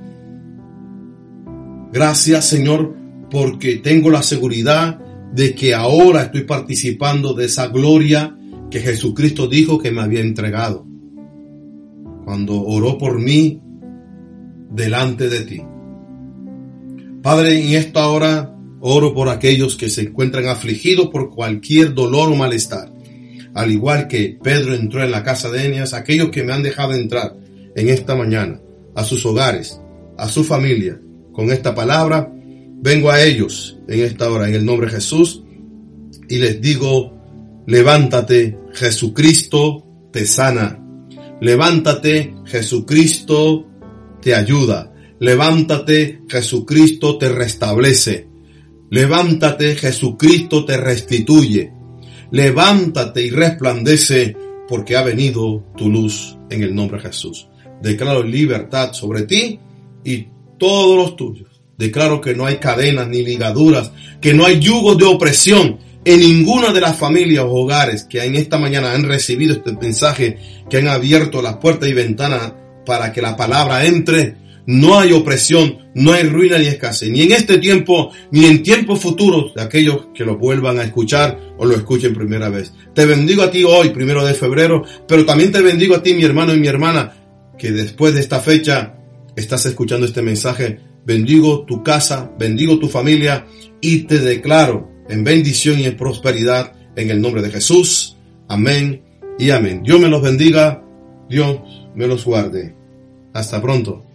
Gracias, Señor, porque tengo la seguridad de que ahora estoy participando de esa gloria que Jesucristo dijo que me había entregado cuando oró por mí delante de ti. Padre, en esta hora oro por aquellos que se encuentran afligidos por cualquier dolor o malestar. Al igual que Pedro entró en la casa de Eneas, aquellos que me han dejado entrar en esta mañana a sus hogares, a su familia, con esta palabra, vengo a ellos en esta hora en el nombre de Jesús y les digo: levántate, Jesucristo te sana. Levántate, Jesucristo te ayuda. Levántate, Jesucristo te restablece. Levántate, Jesucristo te restituye. Levántate y resplandece, porque ha venido tu luz en el nombre de Jesús. Declaro libertad sobre ti y todos los tuyos. Declaro que no hay cadenas ni ligaduras, que no hay yugos de opresión en ninguna de las familias o hogares que en esta mañana han recibido este mensaje, que han abierto las puertas y ventanas para que la palabra entre. No hay opresión, no hay ruina ni escasez, ni en este tiempo, ni en tiempos futuros de aquellos que lo vuelvan a escuchar o lo escuchen primera vez. Te bendigo a ti hoy, 1 de febrero, pero también te bendigo a ti, mi hermano y mi hermana, que después de esta fecha estás escuchando este mensaje. Bendigo tu casa, bendigo tu familia y te declaro en bendición y en prosperidad en el nombre de Jesús. Amén y amén. Dios me los bendiga, Dios me los guarde. Hasta pronto.